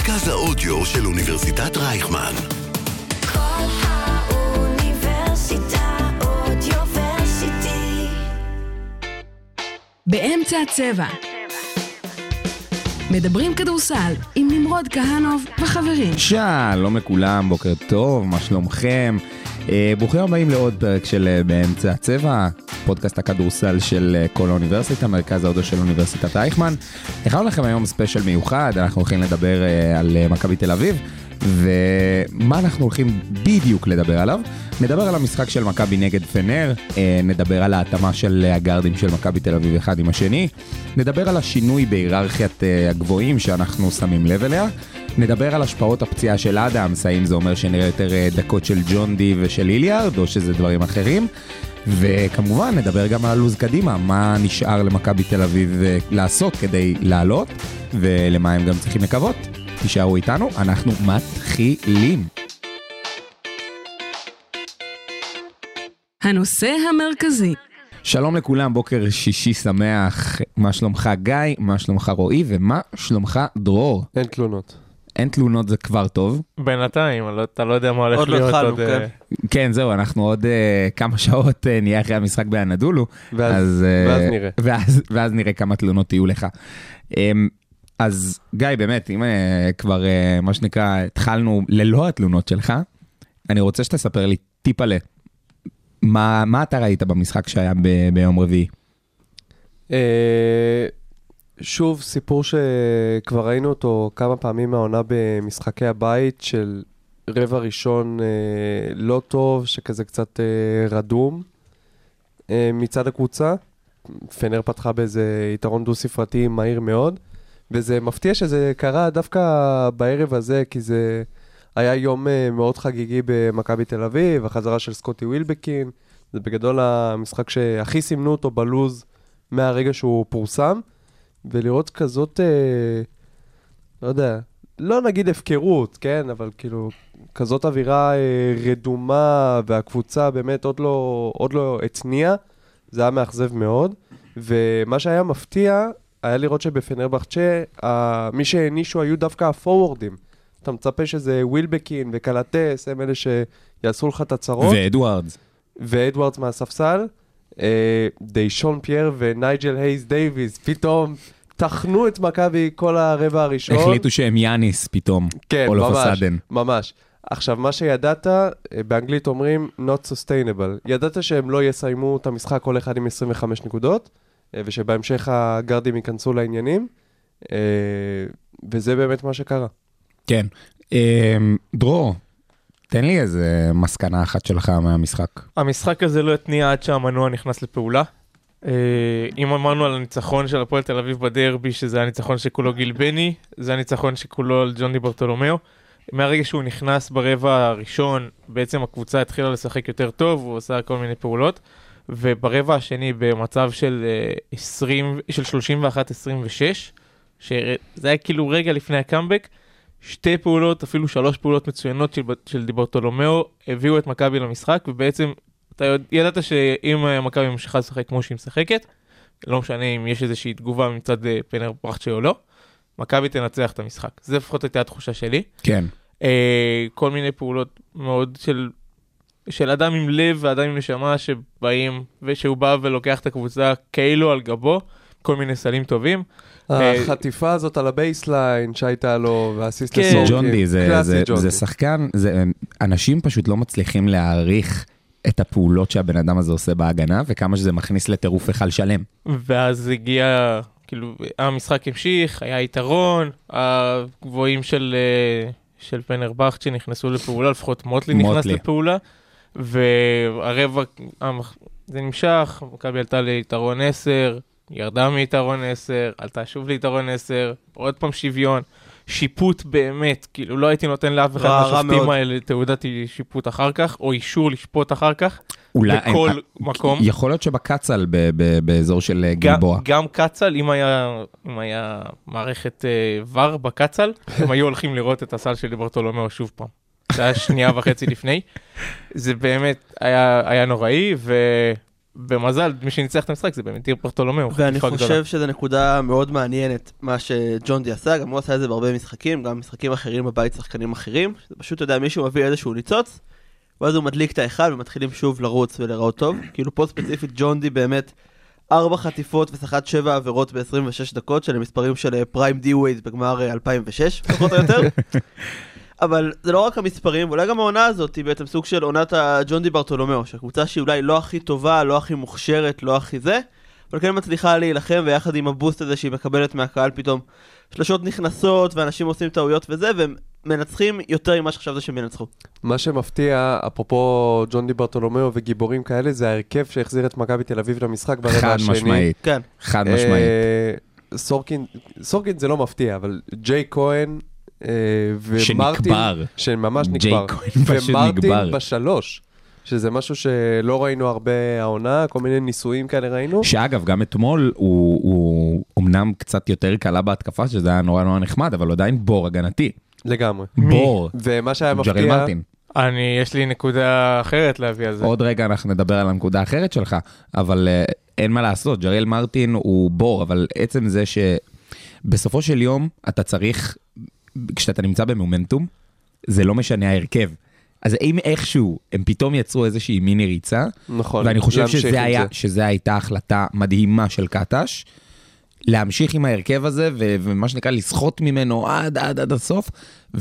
מרכז האודיו של אוניברסיטת רייכמן. כל האוניברסיטה אודיוורסיטי. באמצע הצבע. מדברים כדורסל עם נמרוד כהנוב וחברים. שלום לכולם, בוקר טוב, מה שלומכם? ברוכים הבאים לעוד פרק של באמצע הצבע, פודקאסט הכדורסל של כל האוניברסיטה, מרכז האודיו של אוניברסיטת רייכמן. הכנו לכם היום ספיישל מיוחד, אנחנו הולכים לדבר על מכבי תל אביב, ומה אנחנו הולכים בדיוק לדבר עליו? נדבר על המשחק של מכבי נגד פנר, נדבר על ההתאמה של הגארדים של מכבי תל אביב אחד עם השני, נדבר על השינוי בהיררכיית הגבוהים שאנחנו שמים לב אליה, נדבר על השפעות הפציעה של אדמס, האם זה אומר שנראה יותר דקות של ג'ון די ושל איליארד, או שזה דברים אחרים, וכמובן נדבר גם על הלוז קדימה, מה נשאר למכבי תל אביב לעשות כדי לעלות, ולמה הם גם צריכים לקוות. תישארו איתנו, אנחנו מתחילים. הנושא המרכזי. שלום לכולם, בוקר שישי שמח. מה שלומך גיא, מה שלומך רועי, ומה שלומך דרור? אין תלונות. אין תלונות, זה כבר טוב. בינתיים, אתה לא יודע מה הולך להיות עוד... כן, זהו, אנחנו עוד כמה שעות נהיה אחרי המשחק באנדולו. ואז נראה. ואז נראה כמה תלונות יהיו לך. אז גיא, באמת, אם כבר מה שנקרא, התחלנו ללא התלונות שלך, אני רוצה שתספר לי טיפ עלה. מה אתה ראית במשחק שהיה ביום רביעי? שוב, סיפור שכבר ראינו אותו כמה פעמים מהעונה במשחקי הבית של רבע ראשון לא טוב, שכזה קצת רדום מצד הקבוצה. פנר פתחה באיזה יתרון דו ספרתי מהיר מאוד, וזה מפתיע שזה קרה דווקא בערב הזה, כי זה היה יום מאוד חגיגי במכבי תל אביב, החזרה של סקוטי ווילבקין, זה בגדול המשחק שהכי סימנו אותו בלוז מהרגע שהוא פורסם, ולראות כזאת, לא יודע, לא נגיד הפקרות, כן, אבל כאילו, כזאת אווירה רדומה, והקבוצה באמת עוד לא הצניעה, זה היה מאכזב מאוד, ומה שהיה מפתיע, היה לראות שבפנרבחצ'ה, מי שהנישו היו דווקא הפורוורדים. אתה מצפה שזה ווילבקין וקלטס, הם אלה שיעשו לך את הצרות. ואדוארדס מהספסל. דיישון פייר ונייג'ל הייז דייביס, פתאום תחנו את מכבי כל הרבע הראשון. החליטו שהם יאניס פתאום. כן, ממש. עכשיו, מה שידעת, באנגלית אומרים not sustainable. ידעת שהם לא יסיימו את המשחק כל אחד עם 25 נקודות, ושבהמשך הגארדים ייכנסו לעניינים, וזה באמת מה שקרה. כן. דרור, תן לי איזה מסקנה אחת שלך מהמשחק. המשחק הזה לא התניע עד שהמנוע נכנס לפעולה. אם אמרנו על הניצחון של הפועל תל אביב בדרבי, שזה הניצחון שכולו גיל בני, זה הניצחון שכולו על ג'ון די ברטולומיאו. מהרגע שהוא נכנס ברבע הראשון, בעצם הקבוצה התחילה לשחק יותר טוב, הוא עושה כל מיני פעולות, וברבע השני במצב של 31-26, שזה היה כאילו רגע לפני הקאמבק, שתי פעולות, אפילו 3 פעולות מצוינות של די ברטולומיאו, הביאו את מכבי למשחק, ובעצם אתה ידעת שאם מכבי ממשיכה לשחק כמו שהיא משחקת, לא משנה אם יש איזושהי תגובה מצד פנרבחצ'ה או לא, מכבי תנצח את המשחק. זה לפחות הייתה התחושה שלי. כן. כל מיני פעולות מאוד של אדם עם לב ואדם עם נשמה שבאים, ושהוא בא ולוקח את הקבוצה כאילו על גבו, כל מיני סלים טובים. החטיפה הזאת על הבייסליין שהייתה לו, והאסיסט לסורקין. ג'ון די, זה שחקן, אנשים פשוט לא מצליחים להעריך את הפעולות שהבן אדם הזה עושה בהגנה, וכמה שזה מכניס לטירוף אחד שלם. ואז הגיע, כאילו, המשחק המשיך, היה יתרון, הגבוהים של פנרבחצ'ה נכנסו לפעולה, לפחות מוטלי נכנס לפעולה, והרבע, זה נמשך, מכבי עלתה ליתרון 10, ירדה מיתרון 10, עלתה שוב ליתרון 10, עוד פעם שוויון, שיפוט באמת, כאילו לא הייתי נותן לאף אחד מהשופטים האלה תעודת שיפוט אחר כך, או אישור לשפוט אחר כך, בכל מקום. יכול להיות שבקצל באזור של גלבוע. גם קצל, אם היה מערכת ור בקצל, הם היו הולכים לראות את הסל של די ברטולומיאו שוב פעם. זה היה 2.5 שנים לפני. זה באמת היה נוראי, במזל, מי שניצח את המשחק זה באמת דיר ברטולומיאו. ואני חושב שזו נקודה מאוד מעניינת, מה שג'ונדי עשה, גם הוא עשה את זה בהרבה משחקים, גם משחקים אחרים בבית, שחקנים אחרים, זה פשוט, אתה יודע, מישהו מביא איזשהו ניצוץ, ואז הוא מדליק את האחד, ומתחילים שוב לרוץ ולראות טוב, כאילו פה ספציפית ג'ונדי באמת 4 חטיפות וסחט 7 עבירות ב-26 דקות, של המספרים של פריים די ווייד בגמר 2006, פחות או יותר. אבל זה לא רק המספרים, ואולי גם העונה הזאת היא בעצם סוג של עונת הג'ונדי ברטולומיאו, שהקבוצה שהיא אולי לא הכי טובה, לא הכי מוכשרת, לא הכי זה, אבל כן מצליחה להילחם, ויחד עם הבוסט הזה שהיא מקבלת מהקהל פתאום, שלשות נכנסות, ואנשים עושים טעויות וזה, והם מנצחים יותר ממה שחשבת שהם ינצחו. מה שמפתיע, אפרופו ג'ונדי ברטולומיאו וגיבורים כאלה, זה ההרכב שהחזיר את מכבי תל אביב למשחק ברבע השני. חד משמעית. כן. חד משמעית. סורקין זה לא מפתיע, אבל ג'יי כהן ומרטין, שנקבר. שממש נקבר. ג'יי כהן פשוט נקבר. ומרטין בשלוש, שזה משהו שלא ראינו הרבה העונה, כל מיני ניסויים כאלה ראינו. שאגב, גם אתמול הוא אמנם קצת יותר קלה בהתקפה, שזה היה נורא נורא נחמד, אבל עדיין בור הגנתי. לגמרי. בור. ומה שהיה מפתיע... ג'ריל מרטין. יש לי נקודה אחרת להביא על זה. עוד רגע אנחנו נדבר על הנקודה האחרת שלך, אבל אין מה לעשות, ג'ריל מרטין הוא בור, אבל עצם זה שבסופו של יום אתה צריך, כשאתה נמצא במומנטום, זה לא משנה ההרכב. אז אם איכשהו הם פתאום יצרו איזושהי מיני ריצה, נכון, ואני חושב שזה הייתה החלטה מדהימה של קטש, להמשיך עם ההרכב הזה, ומה שנקרא לסחוט ממנו עד הסוף,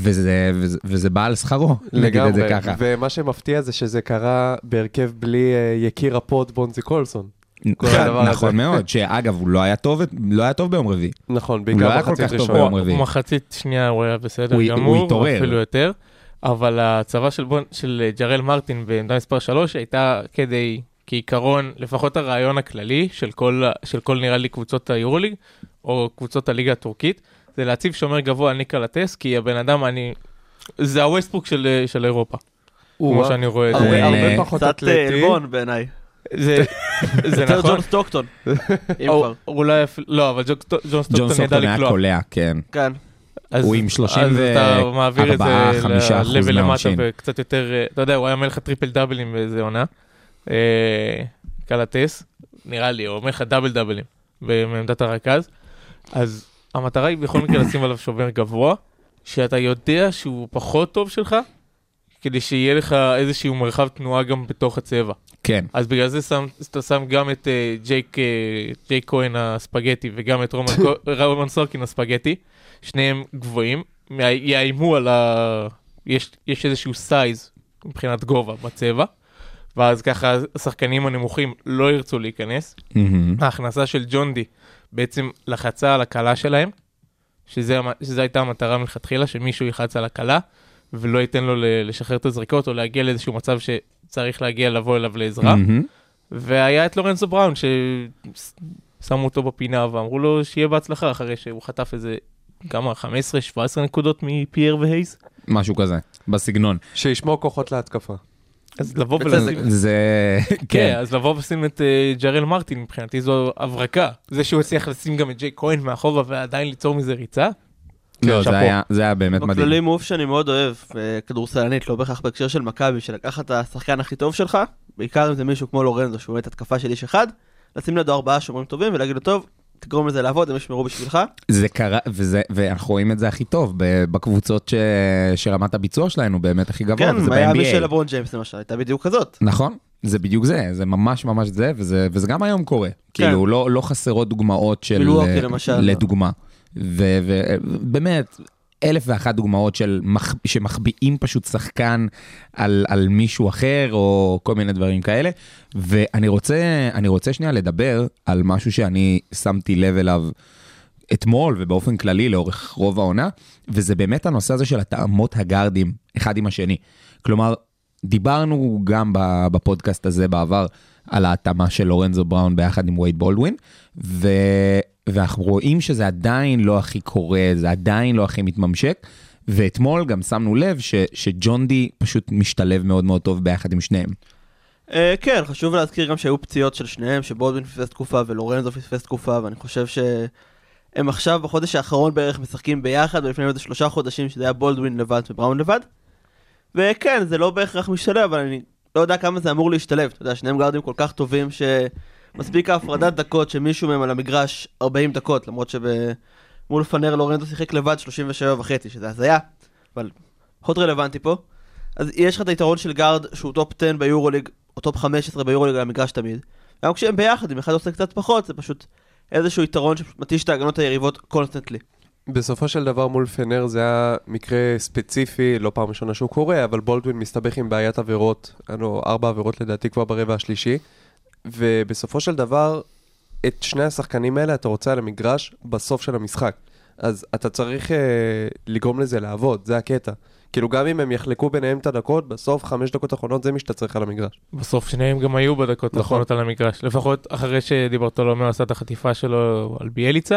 וזה בא על שכרו, נגיד את זה ככה. ומה שמפתיע זה שזה קרה בהרכב בלי יקיר הפוד בונזי קולסון. נכון מאוד, שאגב הוא לא היה טוב ביום רביעי. נכון, בעיקר מחצית ראשונה. מחצית שנייה הוא היה בסדר גמור, הוא התעורר. אפילו יותר, אבל הצבא של ג'רל מרטין בעמדה מספר 3 הייתה כעיקרון, לפחות הרעיון הכללי של כל נראה לי קבוצות היורוליג, או קבוצות הליגה הטורקית, זה להציב שומר גבוה על ניקה לטס, כי הבן אדם, זה הווסטברוק של אירופה. כמו שאני רואה את זה. הרבה פחות קצת אתלטי. אלבון בעיניי. זה יותר נכון. ג'ון סטוקטון. אולי לא, אבל ג'ון סטוקטון ידע היה לקלוע. קולע, כן. כן. הוא עם 34-5% אתה מעביר את זה ללבל למטה מהעונשין. וקצת יותר, אתה יודע, הוא היה מלך טריפל דאבלים באיזה עונה. קלטס, נראה לי, הוא אומר לך דאבל דאבלים בעמדת הרכז. אז המטרה היא בכל מקרה לשים עליו שובר גבוה, שאתה יודע שהוא פחות טוב שלך, כדי שיהיה לך איזשהו מרחב תנועה גם בתוך הצבע. כן. אז בגלל זה אתה שם גם את ג'ייק כהן הספגטי, וגם את רומן סורקין הספגטי, שניהם גבוהים, יאיימו על יש איזשהו סייז מבחינת גובה בצבע, ואז ככה השחקנים הנמוכים לא ירצו להיכנס. ההכנסה של ג'ונדי בעצם לחצה על הקלה שלהם, שזה הייתה המטרה מלכתחילה, שמישהו יחץ על הקלה, ולא ייתן לו לשחרר את הזריקות, או להגיע לאיזשהו מצב שצריך להגיע לבוא אליו לעזרה. והיה את לורנזו בראון, ששמו אותו בפינה, ואמרו לו שיהיה בהצלחה, אחרי שהוא חטף איזה כמה, 15-17 נקודות מפייר והייס. משהו כזה, בסגנון. שישמור כוחות להתקפה. אז לבוא ולשים... כן. אז לבוא ולשים את ג'רל מרטין, מבחינתי זו הברקה. זה שהוא הצליח לשים גם את ג'יי כהן מאחורה, ועדיין ליצור מזה ריצה. לא, זה היה באמת מדהים. בכללי מוב שאני מאוד אוהב, כדורסלנית, לא בהכרח בהקשר של מכבי, שלקחת את השחקן הכי טוב שלך, בעיקר אם זה מישהו כמו לורנזו, שהוא באמת התקפה של איש אחד, לשים לידו 4 שומרים טובים, ולהגיד לו, טוב, תגרום לזה לעבוד, הם ישמרו בשבילך. זה קרה, ואנחנו רואים את זה הכי טוב, בקבוצות שרמת הביצוע שלנו הוא באמת הכי גבוה, וזה ב-NBA. כן, מיאמי של לברון ג'יימס למשל, הייתה בדיוק כזאת. נכון, זה בדיוק זה ממש זה, וזה גם היום קורה. כאילו, לא חסרות דוגמאות של, לדוגמה. ובאמת, 1001 דוגמאות שמחביאים פשוט שחקן על מישהו אחר, או כל מיני דברים כאלה. ואני רוצה שנייה לדבר על משהו שאני שמתי לב אליו אתמול, ובאופן כללי לאורך רוב העונה, וזה באמת הנושא הזה של התאמות הגארדים, אחד עם השני. כלומר, דיברנו גם בפודקאסט הזה בעבר, על ההתאמה של לורנזו בראון ביחד עם וייד בולדווין, ואנחנו רואים שזה עדיין לא הכי קורה, זה עדיין לא הכי מתממשק, ואתמול גם שמנו לב שג'ונדי פשוט משתלב מאוד מאוד טוב ביחד עם שניהם. כן, חשוב להזכיר גם שהיו פציעות של שניהם, שבולדווין פספס תקופה ולורנזו פספס תקופה, ואני חושב שהם עכשיו בחודש האחרון בערך משחקים ביחד, ולפני עוד 3 חודשים שזה היה בולדווין לבד ובראון לבד. וכן, זה לא בהכרח משתלב, אבל אני לא יודע כמה זה אמור להשתלב. אתה יודע, שניהם גארדים כל כך טובים שמספיק ההפרדת דקות שמישהו מהם על המגרש 40 דקות, למרות שמול פנר לורנזו שיחק לבד 37.5, שזה הזיה, אבל פחות רלוונטי פה. אז יש לך את היתרון של גארד שהוא טופ 10 ביורוליג, או טופ 15 ביורוליג על המגרש תמיד. גם כשהם ביחד, אם אחד עושה קצת פחות, זה פשוט איזשהו יתרון שמתיש את ההגנות היריבות קונסטנטלי. בסופו של דבר מול פנר זה היה מקרה ספציפי, לא פעם ראשונה שהוא קורה, אבל בולדווין מסתבך עם בעיית עבירות, היה לו 4 עבירות לדעתי כבר ברבע השלישי, ובסופו של דבר, את שני השחקנים האלה אתה רוצה על המגרש בסוף של המשחק. אז אתה צריך לגרום לזה לעבוד, זה הקטע. כאילו גם אם הם יחלקו ביניהם את הדקות, בסוף 5 דקות האחרונות זה מי שאתה צריך על המגרש. בסוף שניהם גם היו בדקות האחרונות על המגרש, לפחות אחרי שדיברטולומיאו עשה את החטיפה שלו על ביאליצה,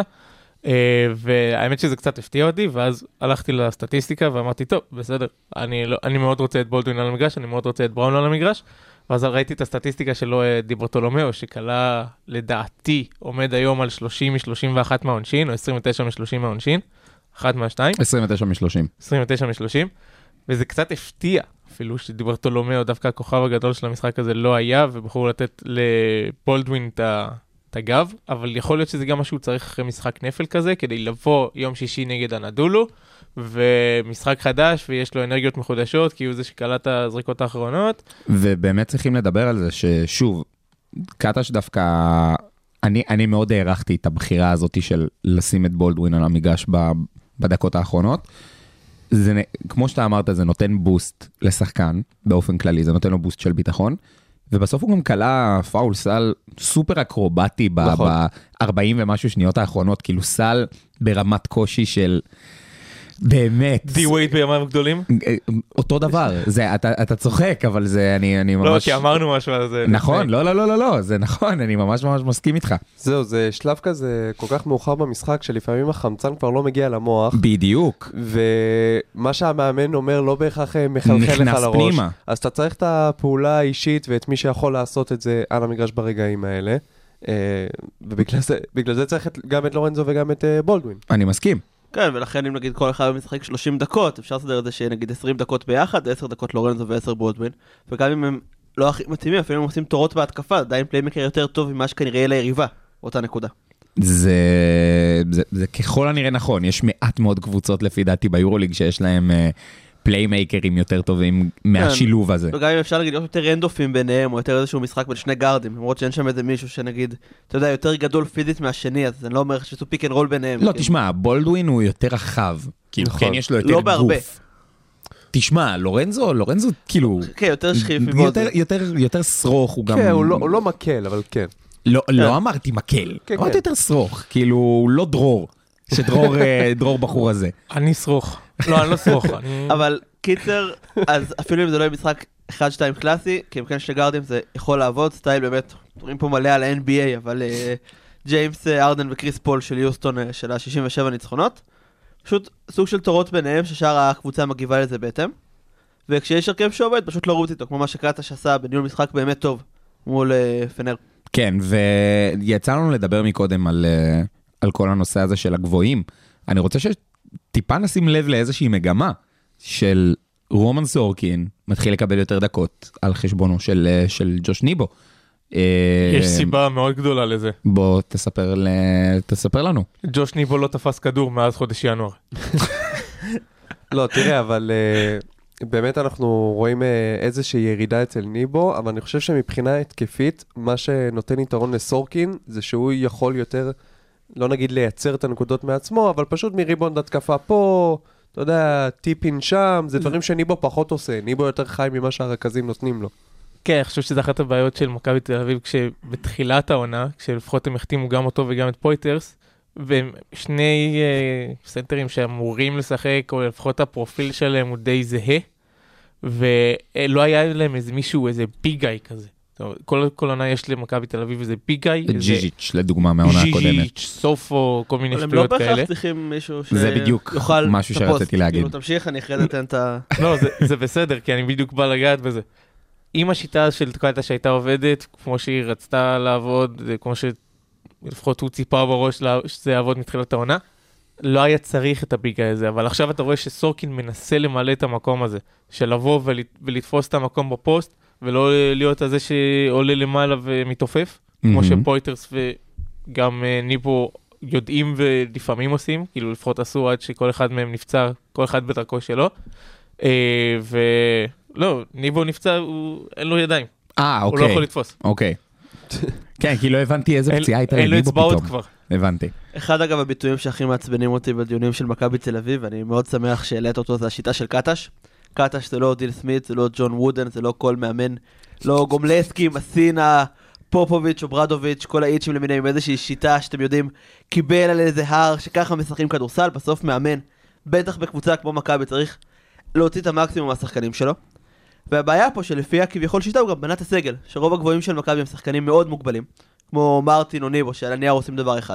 והאמת שזה קצת הפתיע אותי, ואז הלכתי לסטטיסטיקה ואמרתי, טוב, בסדר, אני מאוד רוצה את בולדווין על המגרש, אני מאוד רוצה את בראון על המגרש, ואז ראיתי את הסטטיסטיקה שלו, דיברטולומיאו, שקלה לדעתי עומד היום על 30 מ-31 מהעונשין, או 29 מ-30 מהעונשין, אחד מהשתיים. 29 מ-30. 29 מ-30, וזה קצת הפתיע, אפילו שדיברטולומיאו, דווקא הכוכב הגדול של המשחק הזה לא היה, ובחרו לתת לבולדווין את הגב, אבל יכול להיות שזה גם משהו צריך אחרי משחק נפל כזה, כדי לבוא יום שישי נגד הנדולו, ומשחק חדש, ויש לו אנרגיות מחודשות, כי הוא זה שקלט את הזריקות האחרונות. ובאמת צריכים לדבר על זה ששוב, קטש דווקא, אני מאוד הערכתי את הבחירה הזאת של לשים את בולדווין על המגרש בדקות האחרונות. זה, כמו שאתה אמרת, זה נותן בוסט לשחקן, באופן כללי, זה נותן לו בוסט של ביטחון, ובסוף הוא גם קלה פאול סל סופר אקרובטי ב-40 ומשהו שניות האחרונות, כאילו סל ברמת קושי של באמת. די ווייד בימיו גדולים? אותו דבר, אתה צוחק, אבל זה אני ממש... לא, כי אמרנו משהו על זה. נכון, לא, זה נכון, אני ממש מסכים איתך. זהו, זה שלב כזה כל כך מאוחר במשחק, שלפעמים החמצן כבר לא מגיע למוח. בדיוק. ומה שהמאמן אומר לא בהכרח מחלחל לך לראש. פנימה. אז אתה צריך את הפעולה האישית, ואת מי שיכול לעשות את זה על המגרש ברגעים האלה. ובגלל זה צריך גם את לורנזו וגם את בולדווין. אני מסכים. כן, ולכן אם נגיד כל אחד משחק 30 דקות, אפשר לסדר את זה שנגיד 20 דקות ביחד, 10 דקות לורנזו ו10 בולדווין, וגם אם הם לא הכי מתאימים, אפילו הם עושים תורות בהתקפה, עדיין פליימקר יותר טוב ממה שכנראה יהיה ליריבה, אותה נקודה. זה ככל הנראה נכון, יש מעט מאוד קבוצות לפי דעתי ביורוליג שיש להם פליימייקרים יותר טובים מהשילוב הזה. וגם אם אפשר להגיד יותר רנדופים ביניהם, או יותר איזשהו משחק בין שני גארדים, למרות שאין שם איזה מישהו שנגיד, אתה יודע, יותר גדול פיזית מהשני, אז אני לא אומר שעשו פיק אנד רול ביניהם. לא, תשמע, בולדווין הוא יותר רחב, כאילו כן יש לו יותר גוף. תשמע, לורנזו כאילו... כן, יותר שכיף. יותר סרוך, הוא גם... כן, הוא לא מקל, אבל כן. לא אמרתי מקל, אמרתי יותר סרוך, כאילו לא דרור, שדרור בחור הזה. אני סרוך. לא, אני לא סרוך. אבל קיצר, אז אפילו אם זה לא יהיה משחק 1-2 קלאסי, כי אם כן שני גארדים זה יכול לעבוד, סטייל באמת, רואים פה מלא על ה-NBA, אבל ג'יימס ארדן וקריס פול של יוסטון של ה-67 ניצחונות, פשוט סוג של תורות ביניהם, ששאר הקבוצה מגיבה לזה בהתאם, וכשיש הרכב שעובד, פשוט לא רוץ איתו, כמו מה שקטש עשה בניהול משחק באמת טוב, מול פנר. כן, ויצא לנו לדבר מקודם על כל הנושא הזה של הגבוהים. אני רוצה טיפה נשים לב לאיזושהי מגמה של רומן סורקין מתחיל לקבל יותר דקות על חשבונו של ג'וש ניבו. יש סיבה מאוד גדולה לזה. בוא תספר לנו. ג'וש ניבו לא תפס כדור מאז חודש ינואר. לא, תראה, אבל באמת אנחנו רואים איזושהי ירידה אצל ניבו, אבל אני חושב שמבחינה התקפית, מה שנותן יתרון לסורקין, זה שהוא יכול יותר, לא נגיד לייצר את הנקודות מעצמו, אבל פשוט מריבונד התקפה פה, אתה יודע, טיפין שם, זה דברים שניבו פחות עושה, ניבו יותר חי ממה שהרכזים נותנים לו. כן, אני חושב שזה אחת הבעיות של מכבי תל אביב, כשבתחילת העונה, כשלפחות הם החתימו גם אותו וגם את פויטרס, ושני סנטרים שאמורים לשחק, או לפחות הפרופיל שלהם הוא די זהה, ולא היה להם איזה מישהו, איזה ביג גאי כזה. כל עונה יש למכבי תל אביב איזה ביג גאי. ג'יז'יץ' לדוגמה מהעונה הקודמת. ג'יז'יץ', סופו, כל מיני שטויות כאלה. הם לא בהכרח צריכים מישהו זה בדיוק משהו שרציתי להגיד. תמשיך, אני אחרי נתן את ה... לא, זה בסדר, כי אני בדיוק בא לגעת בזה. אם השיטה של תקלטה שהייתה עובדת, כמו שהיא רצתה לעבוד, כמו שלפחות הוא ציפה בראש שזה יעבוד מתחילת העונה, לא היה צריך את הביגה הזה, אבל עכשיו אתה רואה שסורקין מנסה למלא את המקום הזה, של לבוא ולתפוס את המקום בפוסט, ולא להיות הזה שעולה למעלה ומתעופף, כמו שפויטרס וגם ניבו יודעים ולפעמים עושים, כאילו לפחות עשו עד שכל אחד מהם נפצע, כל אחד בדרכו שלו, ולא, ניבו נפצע, אין לו ידיים, הוא לא יכול לתפוס. אוקיי. כן, כי לא הבנתי איזה פציעה הייתה אין לו לניבו אצבעות פתאום. כבר. הבנתי. אחד אגב הביטויים שהכי מעצבנים אותי בדיונים של מכבי תל אביב, ואני מאוד שמח שהעלית אותו, זה השיטה של קטש. קטש זה לא דיל סמית, זה לא ג'ון וודן, זה לא כל מאמן, לא גומלסקי, מסינה, פופוביץ' או ברדוביץ', כל האיצ'ים למיניהם, איזושהי שיטה שאתם יודעים, קיבל על איזה הר, שככה משחקים כדורסל, בסוף מאמן, בטח בקבוצה כמו מכבי צריך להוציא את המקסימום מהשחקנים שלו. והבעיה פה שלפי הכביכול שיטה הוא גם בנת הסגל, שרוב הגבוהים של מכבי הם שחקנים מאוד מוגבלים, כמו מרטין או ניבו, שעל הנייר עושים דבר אחד.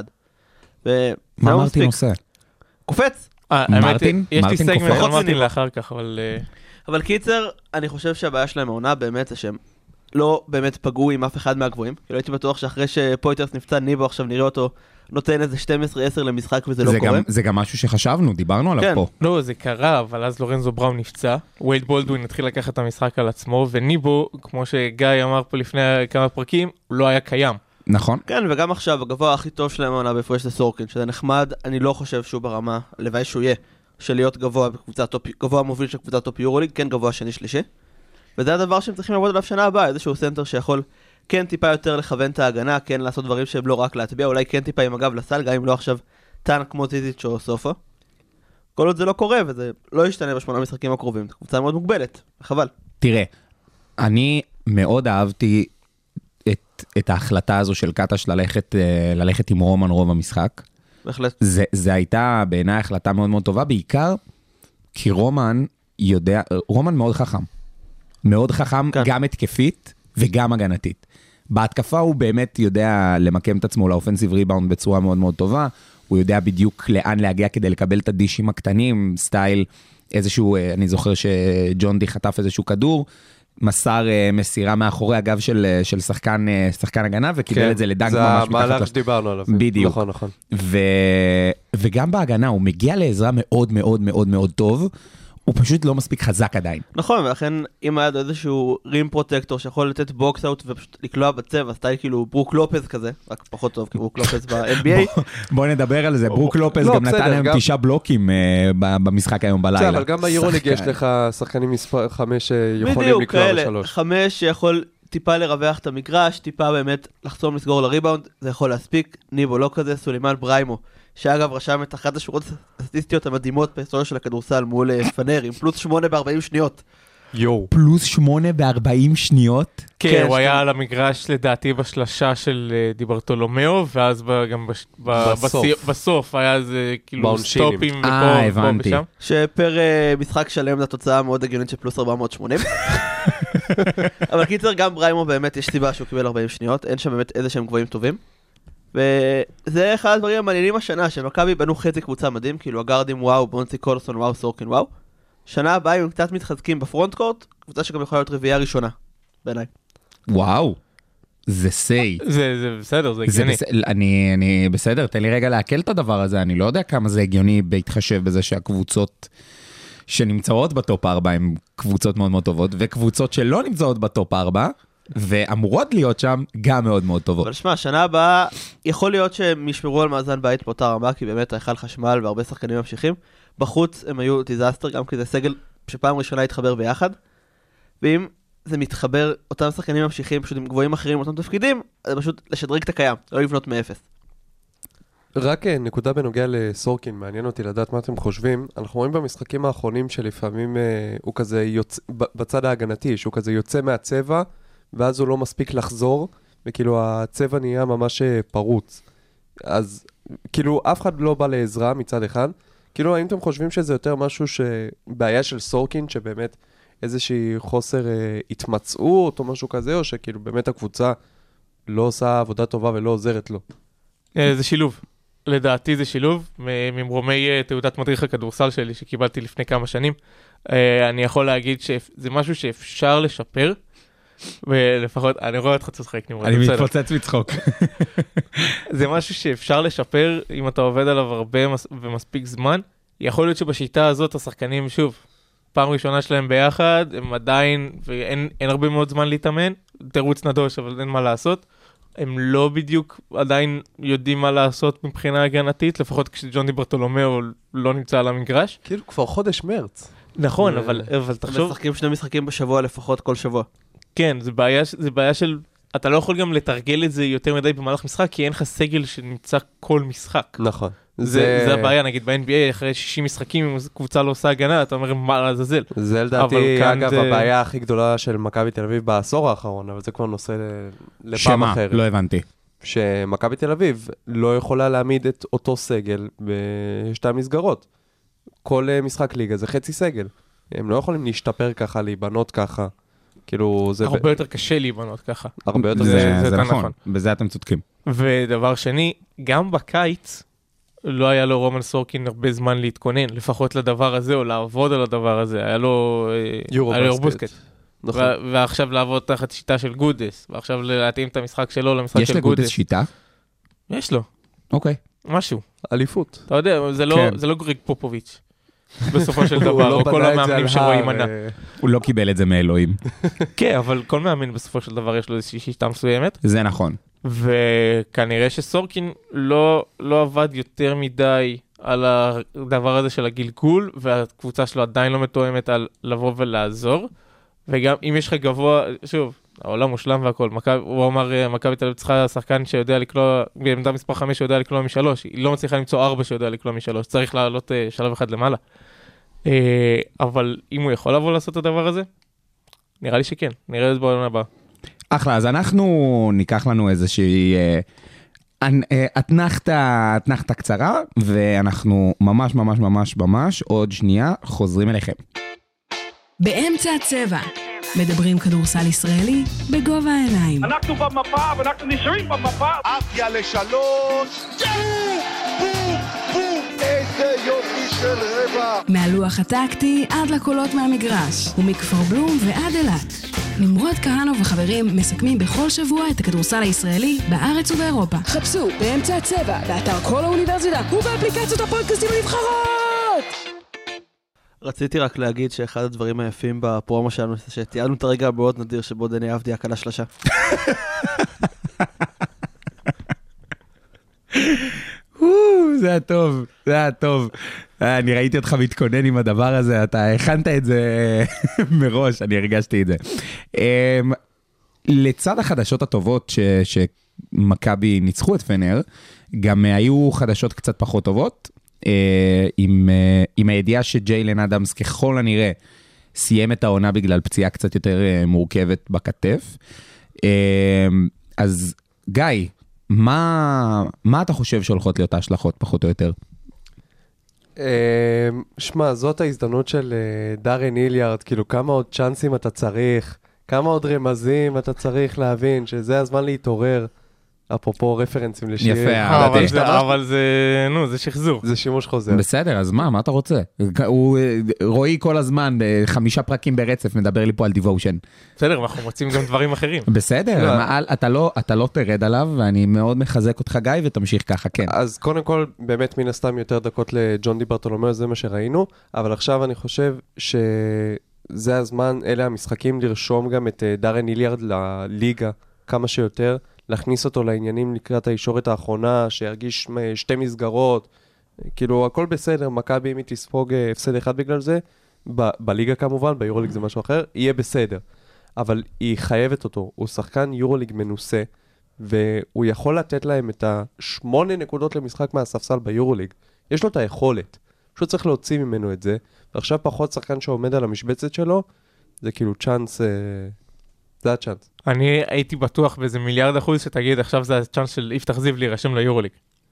מה מרטין עושה? קופץ. מרטין? יש לי סגמנט על פחות מרטין ניבו. לאחר כך, אבל קיצר, אני חושב שהבעיה שלהם העונה באמת זה שהם לא באמת פגעו עם אף אחד מהגבוהים. כאילו הייתי בטוח שאחרי שפויטרס נפצע ניבו, עכשיו נראה אותו נותן איזה 12-10 למשחק וזה לא קורה. זה גם משהו שחשבנו, דיברנו עליו פה. לא, זה קרה, אבל אז לורנזו בראון נפצע, וייד בולדווין התחיל לקחת את המשחק על עצמו, וניבו, כמו שגיא אמר פה לפני כמה פרקים, הוא לא היה קיים. נכון. כן, וגם עכשיו, הגבוה הכי טוב שלהם העונה בהפרש זה סורקין, שזה נחמד, אני לא חושב שהוא ברמה, הלוואי שהוא יהיה, של להיות גבוה בקבוצה טופ, גבוה מוביל של קבוצה טופ יורוליג, כן גבוה שני שלישי. וזה הדבר שהם צריכים לעבוד עליו שנה הבאה, איזשהו סנטר שיכול כן טיפה יותר לכוון את ההגנה, כן לעשות דברים שהם לא רק להטביע, אולי כן טיפה עם הגב לסל, גם אם לא עכשיו טאנק כמו טיזיץ' או סופו. כל עוד זה לא קורה, וזה לא ישתנה בשמונה משחקים הקרובים, קבוצה מאוד מוגבלת, חבל. תראה, אני מאוד אהבתי את ההחלטה הזו של קטש ללכת עם רומן רוב המשחק. בהחלט. זה הייתה בעיניי החלטה מאוד מאוד טובה, בעיקר כי רומן מאוד חכם. מאוד חכם, כן. גם התקפית וגם הגנתית. בהתקפה הוא באמת יודע למקם את עצמו לאופנסיב ריבאונד בצורה מאוד מאוד טובה, הוא יודע בדיוק לאן להגיע כדי לקבל את הדישים הקטנים, סטייל איזשהו, אני זוכר שג'ון די חטף איזשהו כדור, מסר מסירה מאחורי הגב של שחקן הגנה, וקיבל את זה לדנק ממש מתחת. זה המהלך שדיברנו עליו. בדיוק. נכון, נכון. וגם בהגנה הוא מגיע לעזרה מאוד מאוד מאוד מאוד טוב, הוא פשוט לא מספיק חזק עדיין. נכון, ולכן אם היה איזשהו רים פרוטקטור שיכול לתת בוקס אאוט ופשוט לקלוע בצבע, סטייל כאילו ברוק לופז כזה, רק פחות טוב כברוק לופז ב-NBA. בוא נדבר על זה, ברוק לופז גם נתן להם 9 בלוקים במשחק היום בלילה. אבל גם ביורוליג יש לך שחקנים מספר 5 שיכולים לקלוע ב3. 5 שיכול טיפה לרווח את המגרש, טיפה באמת לחסום לסגור לריבאונד, זה יכול להספיק. ניבו לא כזה, סולימן בריימו, שאגב רשם את אחת השורות הסטטיסטיות המדהימות בהיסטוריה של הכדורסל מול פנר, עם פלוס 8 ב-40 שניות. יואו. פלוס 8 ב-40 שניות? כן, הוא היה על המגרש לדעתי בשלשה של דיברטולומיאו, ואז גם בסוף היה איזה כאילו סטופים ופה ושם. שפר משחק שלם זו תוצאה מאוד הגיונית של פלוס 480. אבל קיצר, גם בריימו באמת יש סיבה שהוא קיבל 40 שניות, אין שם באמת איזה שהם גבוהים טובים. וזה אחד הדברים המעניינים השנה, שמכבי בנו חצי קבוצה מדהים, כאילו הגארדים וואו, בונסי קולסון וואו, סורקין וואו. שנה הבאה הם קצת מתחזקים בפרונט קורט, קבוצה שגם יכולה להיות רביעייה ראשונה, בעיניי. וואו, זה סי. זה בסדר, זה הגיוני. אני בסדר, תן לי רגע להקל את הדבר הזה, אני לא יודע כמה זה הגיוני בהתחשב בזה שהקבוצות שנמצאות בטופ 4 הן קבוצות מאוד מאוד טובות, וקבוצות שלא נמצאות בטופ 4, ואמורות להיות שם גם מאוד מאוד טובות. אבל שמע, שנה הבאה יכול להיות שהם ישמרו על מאזן בית באותה רמה, כי באמת היכל חשמל והרבה שחקנים ממשיכים. בחוץ הם היו דיזסטר, גם כי זה סגל שפעם ראשונה התחבר ביחד. ואם זה מתחבר, אותם שחקנים ממשיכים פשוט עם גבוהים אחרים, אותם תפקידים, זה פשוט לשדרג את הקיים, לא לבנות מאפס. רק נקודה בנוגע לסורקין, מעניין אותי לדעת מה אתם חושבים. אנחנו רואים במשחקים האחרונים שלפעמים הוא כזה יוצא, בצד ההגנתי, שהוא כזה יוצא מהצבע, ואז הוא לא מספיק לחזור, וכאילו הצבע נהיה ממש פרוץ. אז כאילו אף אחד לא בא לעזרה מצד אחד. כאילו האם אתם חושבים שזה יותר משהו בעיה של סורקין, שבאמת איזושהי חוסר התמצאות או משהו כזה, או שכאילו באמת הקבוצה לא עושה עבודה טובה ולא עוזרת לו? זה שילוב. לדעתי זה שילוב, ממרומי תעודת מדריך הכדורסל שלי שקיבלתי לפני כמה שנים. אני יכול להגיד שזה משהו שאפשר לשפר, ולפחות, אני רואה אותך צוחק נמרוד. אני מתפוצץ מצחוק. זה משהו שאפשר לשפר אם אתה עובד עליו הרבה ומספיק זמן. יכול להיות שבשיטה הזאת השחקנים שוב פעם ראשונה שלהם ביחד, הם עדיין, ואין הרבה מאוד זמן להתאמן, תירוץ נדוש, אבל אין מה לעשות. הם לא בדיוק עדיין יודעים מה לעשות מבחינה הגנתית, לפחות כשג'ונדי ברטולומיאו לא נמצא על המגרש. כאילו כבר חודש מרץ. נכון, אבל תחשוב... משחקים 2 משחקים בשבוע לפחות כל שבוע. כן, זה בעיה של... אתה לא יכול גם לתרגל את זה יותר מדי במהלך משחק, כי אין לך סגל שנמצא כל משחק. נכון. זה הבעיה, נגיד ב-NBA, אחרי 60 משחקים, אם קבוצה לא עושה הגנה, אתה אומר, מה לעזאזל? זה לדעתי, אגב, הבעיה הכי גדולה של מכבי תל אביב בעשור האחרון, אבל זה כבר נושא לפעם אחרת. לא הבנתי. שמכבי תל אביב לא יכולה להעמיד את אותו סגל בשתי מסגרות. כל משחק ליגה זה חצי סגל. הם לא יכולים להשתפר ככה, להיבנות ככה. כאילו, זה... הרבה יותר קשה להיבנות ככה. הרבה יותר קשה. זה נכון, בזה אתם צודקים. ודבר שני, גם בקיץ, לא היה לו רומן סורקין הרבה זמן להתכונן, לפחות לדבר הזה, או לעבוד על הדבר הזה. היה לו יורובוסקט. ועכשיו לעבוד תחת שיטה של גודס, ועכשיו להתאים את המשחק שלו למשחק של גודס. יש לגודס שיטה? יש לו. אוקיי. משהו. אליפות. אתה יודע, זה לא גריג פופוביץ'. בסופו של דבר, או כל המאמנים שרואים מנה. הוא לא קיבל את זה מאלוהים. כן, אבל כל מאמן בסופו של דבר יש לו איזושהי שיטה מסוימת. זה נכון. וכנראה שסורקין לא עבד יותר מדי על הדבר הזה של הגלגול, והקבוצה שלו עדיין לא מתואמת על לבוא ולעזור. וגם אם יש לך גבוה, שוב, העולם מושלם והכל, הוא אמר, מכבי תל אביב צריכה שחקן שיודע לקלוע, בעמדה מספר 5 שיודע לקלוע מ3, היא לא מצליחה למצוא 4 שיודע לקלוע מ3, צריך לעלות שלב אחד למעלה. אבל אם הוא יכול לבוא לעשות את הדבר הזה, נראה לי שכן, נראה את זה בעולם הבא. אחלה, אז אנחנו ניקח לנו איזושהי אתנחתה קצרה, ואנחנו ממש עוד שנייה חוזרים אליכם. באמצע הצבע, מדברים כדורסל ישראלי בגובה העיניים. אנחנו במפה ואנחנו נשארים במפה. אפיה לשלוש. בום, איזה יופי של רבע. מהלוח הטקטי עד לקולות מהמגרש, ומכפר בלום ועד אילת. נמרוד כהנוב וחברים מסכמים בכל שבוע את הכדורסל הישראלי בארץ ובאירופה. חפשו באמצע הצבע, באתר כל האוניברסיטה ובאפליקציות הפודקאסטים הנבחרות! רציתי רק להגיד שאחד הדברים היפים בפרומו שלנו, שתיארנו את הרגע המאוד נדיר שבו דני אבדיה קלה שלשה. זה היה טוב. אני ראיתי אותך מתכונן עם הדבר הזה, אתה הכנת את זה מראש, אני הרגשתי את זה. לצד החדשות הטובות שמכבי ניצחו את פנר, גם היו חדשות קצת פחות טובות, עם הידיעה שג'יילן אדמס ככל הנראה סיים את העונה בגלל פציעה קצת יותר מורכבת בכתף. אז גיא, מה אתה חושב שהולכות להיות ההשלכות פחות או יותר? שמע, זאת ההזדמנות של דארן היליארד, כאילו כמה עוד צ'אנסים אתה צריך, כמה עוד רמזים אתה צריך להבין שזה הזמן להתעורר. אפרופו רפרנסים לשיר. יפה, אבל זה שחזור. זה שימוש חוזר. בסדר, אז מה אתה רוצה? רואי כל הזמן, 5 פרקים ברצף, מדבר לי פה על דיוושן. בסדר, אנחנו מוצאים גם דברים אחרים. בסדר, אתה לא תרד עליו, ואני מאוד מחזק אותך גיא, ותמשיך ככה, כן. אז קודם כל, באמת מן הסתם יותר דקות לג'ונדי ברטולומיאו, זה מה שראינו, אבל עכשיו אני חושב שזה הזמן, אלה המשחקים, לרשום גם את דארן היליארד לליגה כמה שיותר, להכניס אותו לעניינים לקראת הישורת האחרונה, שירגיש 2 מסגרות, כאילו הכל בסדר, מכבי אם היא תספוג הפסד אחד בגלל זה, בליגה כמובן, ביורוליג זה משהו אחר, יהיה בסדר. אבל היא חייבת אותו, הוא שחקן יורוליג מנוסה, והוא יכול לתת להם את 8 נקודות למשחק מהספסל ביורוליג. יש לו את היכולת, פשוט צריך להוציא ממנו את זה, ועכשיו פחות שחקן שעומד על המשבצת שלו, זה כאילו צ'אנס... זה הצ'אנס. אני הייתי בטוח באיזה 1,000,000,000% שתגיד, עכשיו זה הצ'אנס של יפתח זיו להירשם ליורוליג.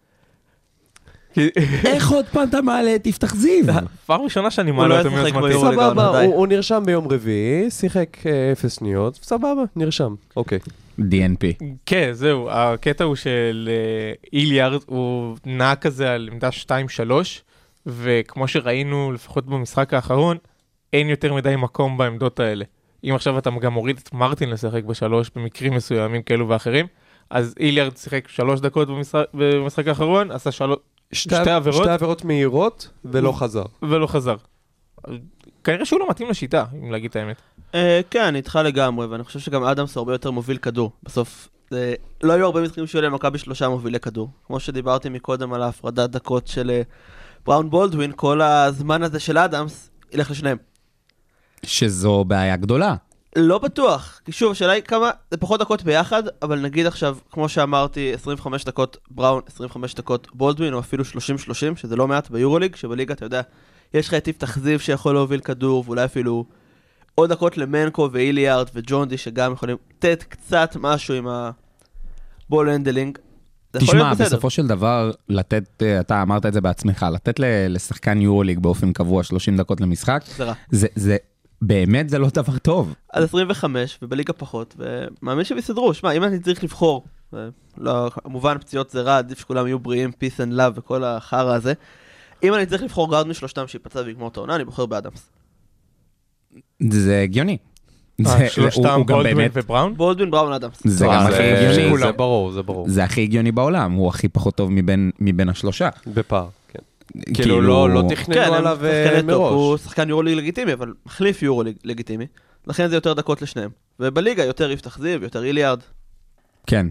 איך עוד פעם אתה מעלה את יפתח זיו? פעם ראשונה שאני מעלה אותו מיוזמתי. סבבה, הוא נרשם ביום רביעי, שיחק 0 שניות, סבבה, נרשם, אוקיי. DNP. כן, זהו, הקטע הוא של היליארד, הוא נע כזה על עמדה 2-3, וכמו שראינו לפחות במשחק האחרון, אין יותר מדי מקום בעמדות האלה. אם עכשיו אתה גם מוריד את מרטין לשחק ב3 במקרים מסוימים כאלו ואחרים, אז היליארד שיחק 3 דקות במשחק האחרון, עשה 2 עבירות. 2 עבירות מהירות ולא חזר. ולא חזר. כנראה שהוא לא מתאים לשיטה, אם להגיד את האמת. כן, אני איתך לגמרי, ואני חושב שגם אדמס הרבה יותר מוביל כדור. בסוף, לא היו הרבה משחקים שהיו למכבי 3 מובילי כדור. כמו שדיברתי מקודם על ההפרדת דקות של בראון בולדווין, כל הזמן הזה של אדמס ילך לשניהם. שזו בעיה גדולה. לא בטוח, כי שוב, השאלה היא כמה, זה פחות דקות ביחד, אבל נגיד עכשיו, כמו שאמרתי, 25 דקות בראון, 25 דקות בולדווין, או אפילו 30-30, שזה לא מעט ביורוליג, שבליגה, אתה יודע, יש לך את טיפ תחזיב שיכול להוביל כדור, ואולי אפילו עוד דקות למנקו ואיליארד וג'ונדי, שגם יכולים לתת קצת משהו עם הבול הנדלינג. תשמע, בסופו של דבר, לתת, אתה אמרת את זה בעצמך, לתת לשחקן יורוליג באופן קבוע 30 דקות למשחק, זה באמת זה לא דבר טוב. אז 25, ובליגה פחות, ומאמין שהם יסדרו. שמע, אם אני צריך לבחור, לא, כמובן פציעות זה רע, עדיף שכולם יהיו בריאים, peace and love וכל החרא הזה. אם אני צריך לבחור גארד משלושתם שיפצע ויגמור את העונה, אני בוחר באדמס. זה הגיוני. שלושתם בולדווין ובראון? בולדווין, בראון, אדמס. זה גם הכי הגיוני. זה ברור, זה ברור. זה הכי הגיוני בעולם, הוא הכי פחות טוב מבין השלושה. בפער, כן. כאילו לא תכננו עליו מראש. הוא שחקן יורוליג לגיטימי, אבל מחליף יורוליג לגיטימי. לכן זה יותר דקות לשניהם. ובליגה יותר יפתח זיו, יותר איליארד. כן.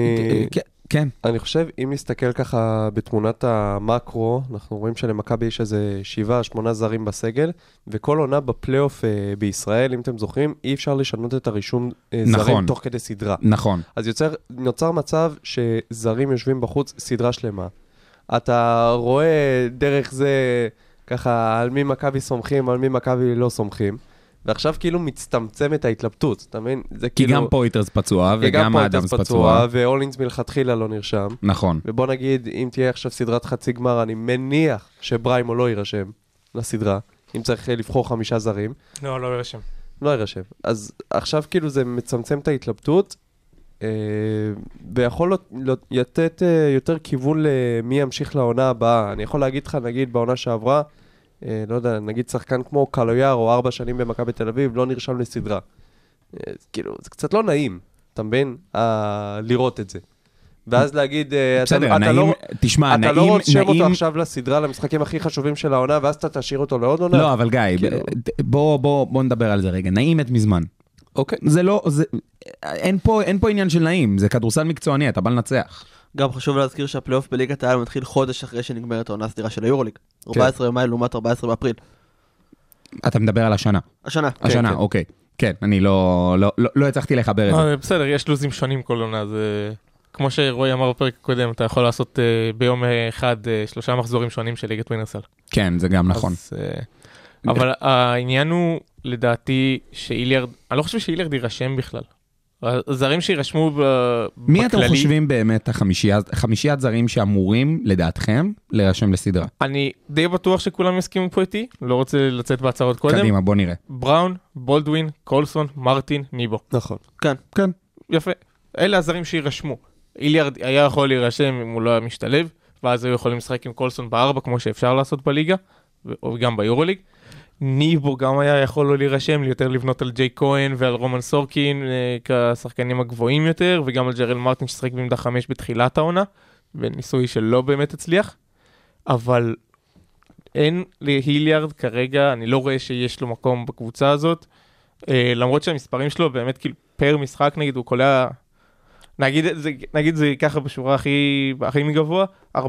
כן. אני חושב, אם נסתכל ככה בתמונת המקרו, אנחנו רואים שלמכבי יש איזה 7-8 זרים בסגל, וכל עונה בפלייאוף בישראל, אם אתם זוכרים, אי אפשר לשנות את הרישום זרים תוך כדי סדרה. נכון. אז נוצר מצב שזרים יושבים בחוץ סדרה שלמה. אתה רואה דרך זה ככה על מי מכבי סומכים, על מי מכבי לא סומכים. ועכשיו כאילו מצטמצמת ההתלבטות, אתה מבין? כי גם פויטרס פצוע וגם אדמס פצוע. ואולינס מלכתחילה לא נרשם. נכון. ובוא נגיד, אם תהיה עכשיו סדרת חצי גמר, אני מניח שבריימו לא יירשם לסדרה, אם צריך לבחור 5 זרים. לא יירשם. לא יירשם. אז עכשיו כאילו זה מצמצם את ההתלבטות, ויכול לתת יותר כיוון למי ימשיך לעונה הבאה. אני יכול להגיד לך, נגיד בעונה שעברה, לא יודע, נגיד שחקן כמו קלויר או 4 שנים במכבי תל אביב, לא נרשם לסדרה. כאילו, זה קצת לא נעים, אתה מבין? לראות את זה. ואז להגיד, בסדר, נעים, תשמע, נעים, אתה לא רושם אותו עכשיו לסדרה, למשחקים הכי חשובים של העונה, ואז אתה תשאיר אותו לעוד עונה? לא, אבל גיא, בוא נדבר על זה רגע. נעים את מזמן. אוקיי. זה לא, אין פה עניין של נעים, זה כדורסל מקצועני, אתה בא לנצח. גם חשוב להזכיר שהפלייאוף בליגת העל מתחיל חודש אחרי שנגמרת העונה הסדירה של היורוליג. 14 במאי לעומת 14 באפריל. אתה מדבר על השנה. השנה, אוקיי. כן, אני לא הצלחתי לחבר את זה. בסדר, יש לוזים שונים כל עונה, זה כמו שרועי אמר בפרק הקודם, אתה יכול לעשות ביום אחד 3 מחזורים שונים של ליגת ווינרסל. כן, זה גם נכון. אבל העניין הוא, לדעתי, שאיליארד, אני לא חושב שאיליארד יירשם בכלל. הזרים שירשמו בכללי... מי אתם חושבים באמת חמישיית זרים שאמורים, לדעתכם, להירשם לסדרה? אני די בטוח שכולם יסכימו פה איתי, לא רוצה לצאת בהצהרות קודם. קדימה, בוא נראה. בראון, בולדווין, קולסון, מרטין, ניבו. נכון. כן. יפה. אלה הזרים שירשמו. איליארד היה יכול להירשם אם הוא לא היה משתלב, ואז היו יכולים לשחק עם קולסון ב4, כמו שאפשר לעשות בליגה, וגם ביורוליג. ניבו גם היה יכול לו להירשם, יותר לבנות על ג'יי כהן ועל רומן סורקין כשחקנים הגבוהים יותר, וגם על ג'רל מרטין ששחק בעמדה 5 בתחילת העונה, וניסוי שלא באמת הצליח. אבל אין להיליארד כרגע, אני לא רואה שיש לו מקום בקבוצה הזאת, למרות שהמספרים שלו באמת כאילו פר משחק נגיד הוא קולע, נגיד זה ככה בשורה הכי מגבוה, 46.9%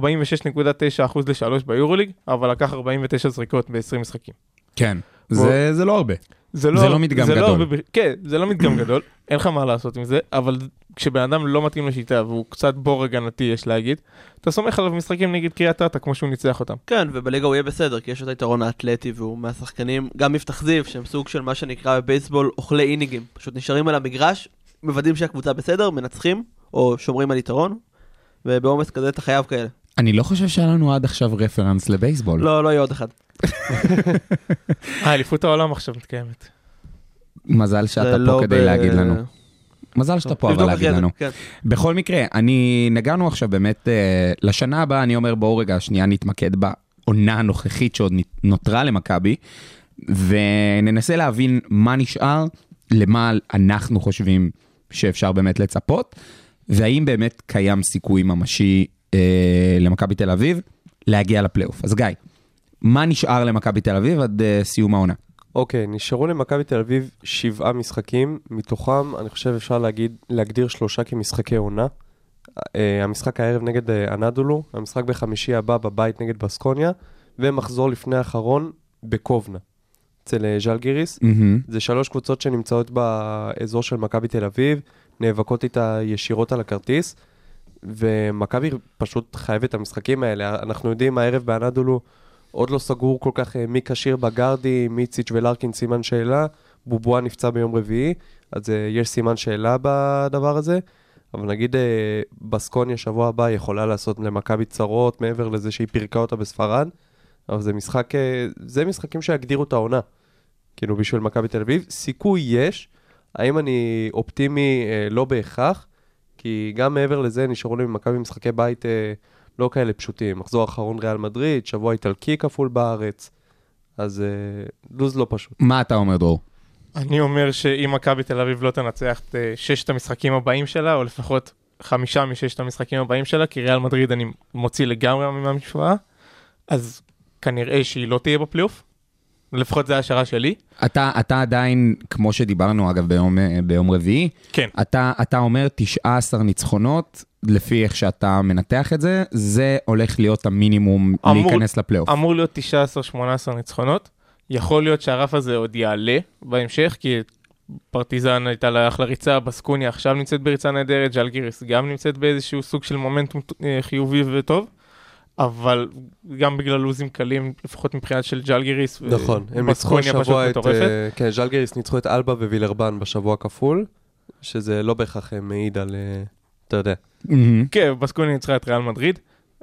ל3 ביורוליג, אבל לקח 49 זריקות ב-20 משחקים. כן, זה לא הרבה. זה לא מדגם גדול. כן, זה לא מדגם גדול, אין לך מה לעשות עם זה, אבל כשבן אדם לא מתאים לשיטה, והוא קצת בור הגנתי, יש להגיד, אתה סומך עליו משחקים נגד קריית אתא, כמו שהוא ניצח אותם. כן, ובליגה הוא יהיה בסדר, כי יש את היתרון האתלטי, והוא מהשחקנים, גם יפתח זיו, שהם סוג של מה שנקרא בבייסבול, אוכלי אינינגים. פשוט נשארים על המגרש, מוודאים שהקבוצה בסדר, מנצחים, או שומרים על יתרון, ובאומץ כזה אתה חייב כאלה. אני לא חושב שהיה לנו עד עכשיו רפרנס לבייסבול. לא יהיה עוד אחד. אליפות העולם עכשיו מתקיימת. מזל שאתה פה כדי להגיד לנו. מזל שאתה פה אבל להגיד לנו. בכל מקרה, נגענו עכשיו באמת, לשנה הבאה אני אומר בואו רגע שנייה נתמקד בעונה הנוכחית שעוד נותרה למכבי, וננסה להבין מה נשאר, למה אנחנו חושבים שאפשר באמת לצפות, והאם באמת קיים סיכוי ממשי למכבי תל אביב להגיע לפלייאוף. אז גיא, מה נשאר למכבי תל אביב עד סיום העונה? אוקיי, נשארו למכבי תל אביב 7 משחקים, מתוכם אני חושב אפשר להגדיר 3 כמשחקי עונה. המשחק הערב נגד אנדולו, המשחק בחמישי הבא בבית נגד בסקוניה, ומחזור לפני האחרון בקובנה, אצל ז'לגיריס. זה 3 קבוצות שנמצאות באזור של מכבי תל אביב, נאבקות איתה ישירות על הכרטיס, ומכבי פשוט חייבת את המשחקים האלה. אנחנו יודעים, הערב באנדולו עוד לא סגור כל כך מי קשיר בגרדי, מיציץ' ולארקין סימן שאלה, בובואה נפצע ביום רביעי, אז יש סימן שאלה בדבר הזה, אבל נגיד בסקוניה שבוע הבא יכולה לעשות למכבי צרות, מעבר לזה שהיא פירקה אותה בספרד, אבל זה משחקים שיגדירו את העונה, כאילו בשביל מכבי תל אביב. סיכוי יש, האם אני אופטימי? לא בהכרח, כי גם מעבר לזה נשארו לי ממכבי משחקי בית לא כאלה פשוטים. מחזור אחרון ריאל מדריד, שבוע איטלקי כפול בארץ, אז לוז לא פשוט. מה אתה אומר, דרור? אני אומר שאם מכבי תל אביב לא תנצח את 6 המשחקים הבאים שלה, או לפחות 5 מ-6 המשחקים הבאים שלה, כי ריאל מדריד אני מוציא לגמרי מהמשוואה, אז כנראה שהיא לא תהיה בפלייאוף. לפחות זה השערה שלי. אתה עדיין, כמו שדיברנו אגב ביום רביעי, כן. אתה אומר 19 ניצחונות, לפי איך שאתה מנתח את זה, זה הולך להיות המינימום להיכנס לפלייאוף. אמור להיות 19-18 ניצחונות. יכול להיות שהרף הזה עוד יעלה בהמשך, כי פרטיזן הייתה לה אחלה ריצה, בסקוניה עכשיו נמצאת בריצה נהדרת, ז'לגיריס גם נמצאת באיזשהו סוג של מומנטום חיובי וטוב, אבל גם בגלל לוזים קלים, לפחות מבחינת של ז'לגיריס, נכון, הם ניצחו שבוע את... כן, ז'לגיריס ניצחו את אלבה ווילרבן בשבוע כפול, שזה לא בהכרח מעיד על... אתה יודע. כן, בסקוניה ניצחה את ריאל מדריד.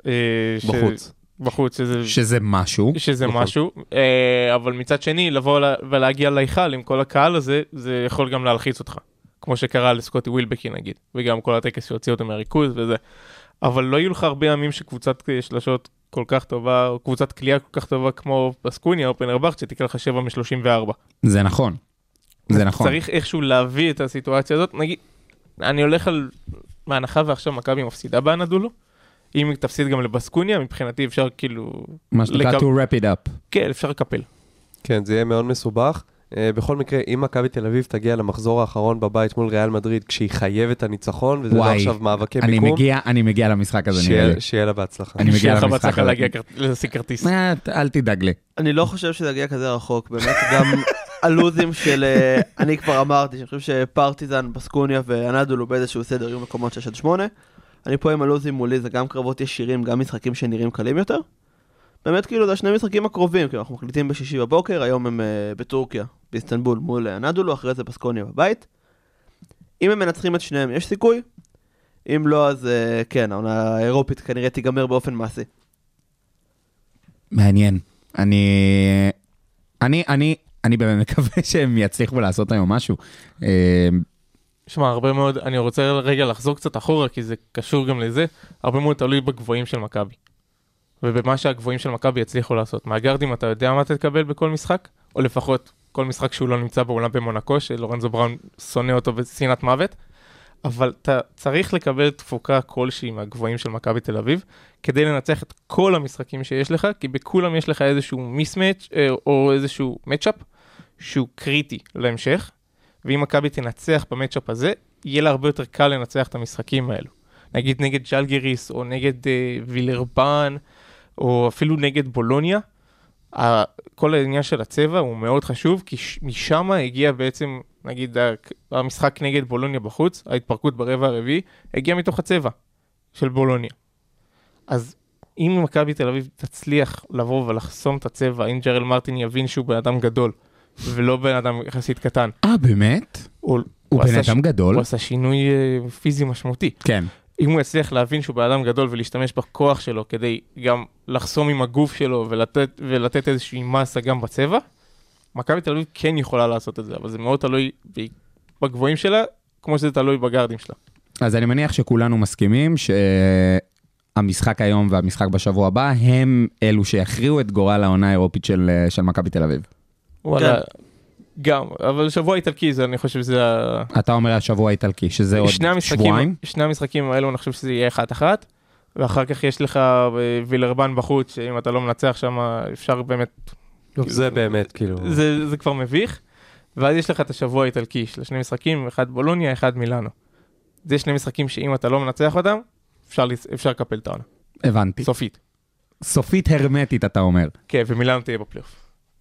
בחוץ, שזה משהו. שזה משהו, אבל מצד שני, לבוא ולהגיע להיכל עם כל הקהל הזה, זה יכול גם להלחיץ אותך. כמו שקרה לסקוטי ווילבקי נגיד, וגם כל הטקס שהוציא אותו מהריכוז וזה. אבל לא יהיו לך הרבה ימים שקבוצת שלשות כל כך טובה, או קבוצת קליעה כל כך טובה כמו בסקוניה או פנרבכט, שתקרא לך 7 מ-34. זה נכון. זה נכון. צריך איכשהו להביא את הסיטואציה הזאת. נגיד, אני הולך על מהנחה ועכשיו מכבי מפסידה באנדולו. אם היא תפסיד גם לבסקוניה, מבחינתי אפשר כאילו... מה שנקרא to wrap it up. כן, אפשר לקפל. כן, זה יהיה מאוד מסובך. בכל מקרה, אם מכבי תל אביב תגיע למחזור האחרון בבית מול ריאל מדריד, כשהיא חייבת הניצחון, וזה לא עכשיו מאבקי מיקום. אני מגיע למשחק הזה. שיהיה לה בהצלחה. אני מגיע למשחק הזה. להשיג כרטיס. אל תדאג לי. אני לא חושב שזה יגיע כזה רחוק, באמת גם הלוזים של... אני כבר אמרתי, שאני חושב שפרטיזן, בסקוניה ואנדולו באיזשהו סדר יהיו מקומות 6-8. אני פה עם הלוזים מולי, זה גם קרבות ישירים, גם משחקים שנראים קלים יותר. באמת כאילו זה 2 משחקים הקרובים, כי אנחנו מחליטים בשישי בבוקר, היום הם בטורקיה, באיסטנבול מול אנדולו, אחרי זה בסקוניה בבית. אם הם מנצחים את שניהם, יש סיכוי. אם לא, אז כן, העונה האירופית כנראה תיגמר באופן מעשי. מעניין. אני באמת מקווה שהם יצליחו לעשות היום משהו. שמע, הרבה מאוד, אני רוצה רגע לחזור קצת אחורה, כי זה קשור גם לזה, הרבה מאוד תלוי בגבוהים של מכבי. ובמה שהגבוהים של מכבי יצליחו לעשות. מהגרדים אתה יודע מה תקבל בכל משחק? או לפחות כל משחק שהוא לא נמצא בעולם במונקו, שלורנזו בראון שונא אותו בסצנת מוות. אבל אתה צריך לקבל תפוקה כלשהי מהגבוהים של מכבי תל אביב, כדי לנצח את כל המשחקים שיש לך, כי בכולם יש לך איזשהו מיסמץ' או איזשהו מצ'אפ, שהוא קריטי להמשך. ואם מכבי תנצח במצ'אפ הזה, יהיה לה הרבה יותר קל לנצח את המשחקים האלו. נגיד נגד ז'לגיריס, או נגד וילרבן, או אפילו נגד בולוניה. כל העניין של הצבע הוא מאוד חשוב, כי משם הגיע בעצם, נגיד, המשחק נגד בולוניה בחוץ, ההתפרקות ברבע הרביעי, הגיע מתוך הצבע של בולוניה. אז אם מכבי תל אביב תצליח לבוא ולחסום את הצבע, אם ג'רל מרטין יבין שהוא בן אדם גדול, ולא בן אדם יחסית קטן. באמת? הוא בן אדם גדול? הוא עשה שינוי פיזי משמעותי. כן. אם הוא יצליח להבין שהוא בן אדם גדול ולהשתמש בכוח שלו כדי גם לחסום עם הגוף שלו ולתת איזושהי מסה גם בצבע, מכבי תל אביב כן יכולה לעשות את זה, אבל זה מאוד תלוי בגבוהים שלה, כמו שזה תלוי בגרדים שלה. אז אני מניח שכולנו מסכימים שהמשחק היום והמשחק בשבוע הבא הם אלו שיכריעו את גורל העונה האירופית של מכבי תל אביב. וואלה, גם, אבל שבוע איטלקי זה, אני חושב שזה... אתה אומר השבוע האיטלקי, שזה עוד שבועיים? שני המשחקים האלו, אני חושב שזה יהיה 1-1, ואחר כך יש לך וילרבן בחוץ, שאם אתה לא מנצח שם, אפשר באמת... זה באמת, כאילו... זה כבר מביך. ואז יש לך את השבוע האיטלקי, של 2 משחקים, 1 בולוניה, 1 מילאנו. זה 2 משחקים שאם אתה לא מנצח אותם, אפשר לקפל את העונה. הבנתי. סופית. סופית הרמטית, אתה אומר. כן, ומילאנו תהיה בפלייאוף.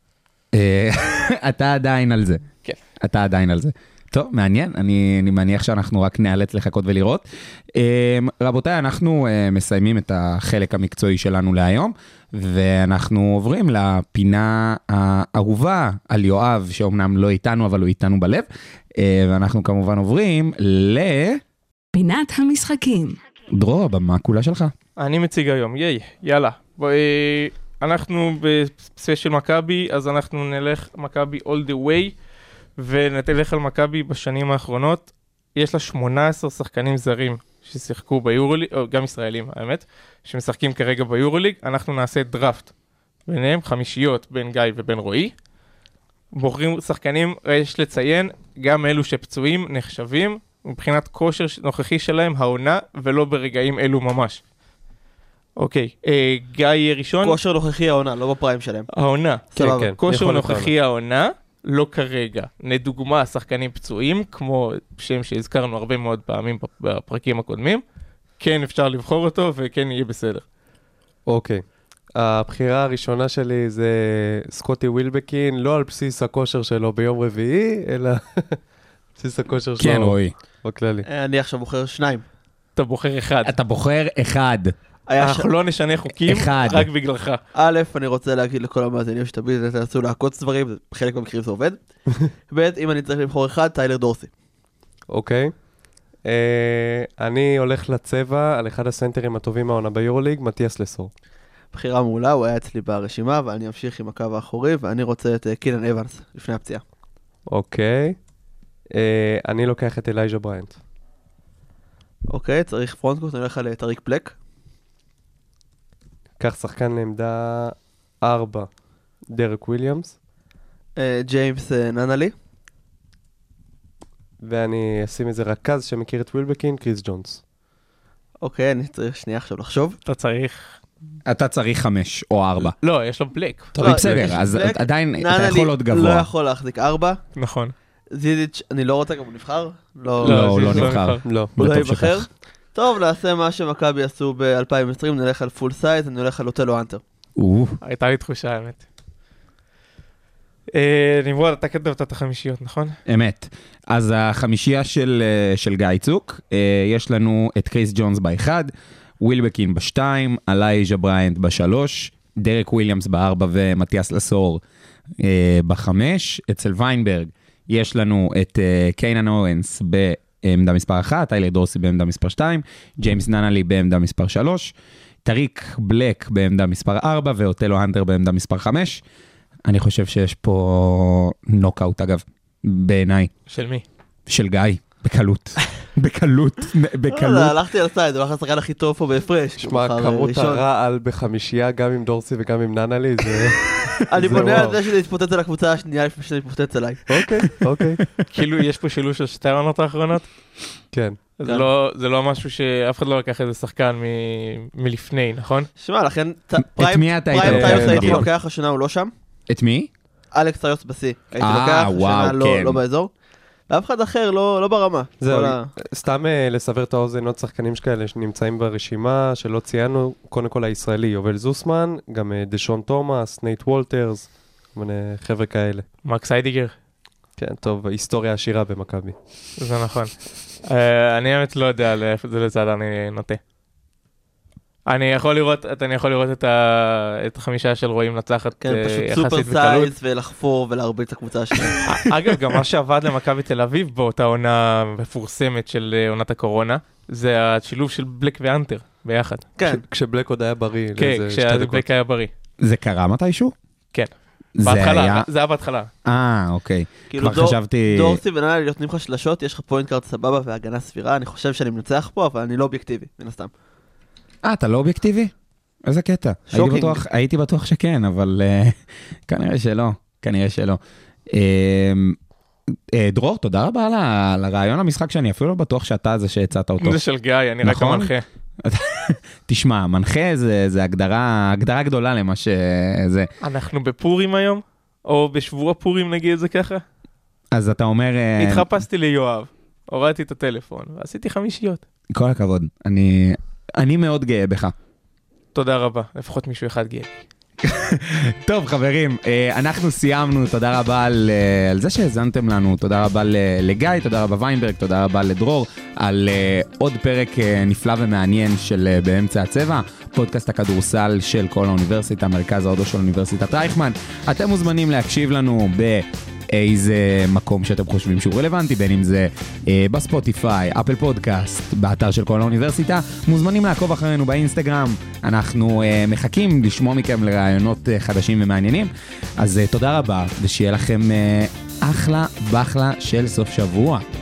אתה עדיין על זה. כן. אתה עדיין על זה. טוב, מעניין. אני מניח שאנחנו רק נאלץ לחכות ולראות. רבותיי, אנחנו מסיימים את החלק המקצועי שלנו להיום, ואנחנו עוברים לפינה האהובה על יואב, שאומנם לא איתנו, אבל הוא איתנו בלב, ואנחנו כמובן עוברים פינת המשחקים. דרור, הבמה כולה שלך. אני מציג היום, יאללה. אנחנו בספיישל מכבי, אז אנחנו נלך מכבי all the way, ונתלך על מכבי בשנים האחרונות. יש לה 18 שחקנים זרים ששיחקו ביורוליג, או גם ישראלים, האמת, שמשחקים כרגע ביורוליג. אנחנו נעשה דראפט ביניהם, 5 בין גיא ובין רועי. בוחרים שחקנים, יש לציין, גם אלו שפצועים נחשבים, מבחינת כושר נוכחי שלהם, העונה, ולא ברגעים אלו ממש. אוקיי, גיא ראשון. כושר נוכחי העונה, לא בפריים שלהם. העונה. סבבה. כושר נוכחי העונה, לא כרגע. לדוגמה, שחקנים פצועים, כמו שם שהזכרנו הרבה מאוד פעמים בפרקים הקודמים, כן אפשר לבחור אותו וכן יהיה בסדר. אוקיי. הבחירה הראשונה שלי זה סקוטי ווילבקין, לא על בסיס הכושר שלו ביום רביעי, אלא בסיס הכושר שלו. כן, רועי. בכללי. אני עכשיו בוחר 2. אתה בוחר 1. אתה בוחר 1. אנחנו לא נשנה חוקים, רק בגללך. א', אני רוצה להגיד לכל המאזינים שתמיד תנסו לעקוץ דברים, בחלק מהמקרים זה עובד. ב', אם אני צריך לבחור 1, טיילר דורסי. אוקיי. אני הולך לצבע על אחד הסנטרים הטובים מהעונה ביורוליג, מתיאס לסור. בחירה מעולה, הוא היה אצלי ברשימה, ואני אמשיך עם הקו האחורי, ואני רוצה את קילן אבנס, לפני הפציעה. אוקיי. אני לוקח את אלייג'ה בריינט. אוקיי, צריך פרונטקורט, אני הולך על טריק בלק. קח שחקן לעמדה 4, דרק וויליאמס. ג'יימס ננלי. ואני אשים איזה רכז שמכיר את ווילבקין, קריס ג'ונס. אוקיי, אני צריך שנייה עכשיו לחשוב. אתה צריך 5 או 4. לא, יש לו בלק. טוב, בסדר, אז עדיין אתה יכול עוד גבוה. ננלי לא יכול להחזיק 4. נכון. זידיץ', אני לא רוצה, גם הוא נבחר? לא, הוא לא נבחר. לא. הוא לא ייבחר. טוב, נעשה מה שמכבי עשו ב-2020, נלך על פול סייז, אני הולך על אוטלו אנטר. הייתה לי תחושה, האמת. נמרוד, אתה כתבת את החמישיות, נכון? אמת. אז החמישייה של גיא צוק, יש לנו את קריס ג'ונס ב-1, ווילבקין ב-2, אלייג'ה בריינט ב-3, דרק וויליאמס ב-4 ומתיאס לסור ב-5. אצל ויינברג יש לנו את קיינן אורנס בעמדה מספר 1, טיילר דורסי בעמדה מספר 2, ג'יימס ננלי בעמדה מספר 3, טריק בלק בעמדה מספר 4 ואוטלו הנטר בעמדה מספר 5. אני חושב שיש פה נוקאוט, אגב, בעיניי. של מי? של גיא, בקלות. בקלות. הלכתי על סייד, הוא הלך לשחקן הכי טוב פה בהפרש. שמע, כמות הרעל בחמישייה, גם עם דורסי וגם עם ננלי, זה... אני בונה על זה שזה יתפוצץ על הקבוצה השנייה לפני שזה יתפוצץ עליי. אוקיי. כאילו יש פה שילוש של 2 העונות האחרונות? כן. זה לא משהו שאף אחד לא לקח איזה שחקן מלפני, נכון? שמע, לכן את מי אתה פריים טיוס הייתי לוקח, השנה הוא לא שם. את מי? אלכס טיוס בסי. הייתי לוקח, השנה לא באזור. ואף אחד אחר לא ברמה. זהו, סתם לסבר את האוזן עוד שחקנים שכאלה שנמצאים ברשימה, שלא ציינו, קודם כל הישראלי, יובל זוסמן, גם דשון תומאס, נייט וולטרס, חבר'ה כאלה. מקס היידיגר. כן, טוב, היסטוריה עשירה במכבי. זה נכון. אני האמת לא יודע לאיזה לצד אני נוטה. אני יכול לראות את החמישה של רואים נצחת יחסית בקלות. פשוט סופר סייז ולחפור ולהרביץ הקבוצה שלהם. אגב, גם מה שעבד למכבי תל אביב באותה עונה מפורסמת של עונת הקורונה, זה השילוב של בלק ואנטר ביחד. כן. כשבלק עוד היה בריא. כן, כשבלק היה בריא. זה קרה מתישהו? כן. בהתחלה, זה היה בהתחלה. אוקיי. כאילו דורסי וננלי נותנים לך שלשות, יש לך פוינט קארד סבבה והגנה סבירה, אני חושב שאני מנצח פה, אבל אני לא אובייקטיבי, מן הסתם. אתה לא אובייקטיבי? איזה קטע. הייתי בטוח שכן, אבל כנראה שלא. דרור, תודה רבה על הרעיון המשחק שאני אפילו לא בטוח שאתה זה שהצעת אותו. זה של גיא, אני רק המנחה. תשמע, מנחה זה הגדרה גדולה למה שזה. אנחנו בפורים היום? או בשבוע פורים נגיד את זה ככה? אז אתה אומר... התחפשתי ליואב, הורדתי את הטלפון, ועשיתי 5. כל הכבוד, אני מאוד גאה בך. תודה רבה, לפחות מישהו אחד גאה. טוב חברים, אנחנו סיימנו, תודה רבה על זה שהזנתם לנו, תודה רבה לגיא, תודה רבה ויינברג, תודה רבה לדרור, על עוד פרק נפלא ומעניין של באמצע הצבע, פודקאסט הכדורסל של כל האוניברסיטה, מרכז ההודו של אוניברסיטת רייכמן. אתם מוזמנים להקשיב לנו באיזה מקום שאתם חושבים שהוא רלוונטי, בין אם זה בספוטיפיי, אפל פודקאסט, באתר של כל האוניברסיטה. מוזמנים לעקוב אחרינו באינסטגרם, אנחנו מחכים לשמוע מכם לרעיונות חדשים ומעניינים. אז תודה רבה, ושיהיה לכם אחלה בחלה של סוף שבוע.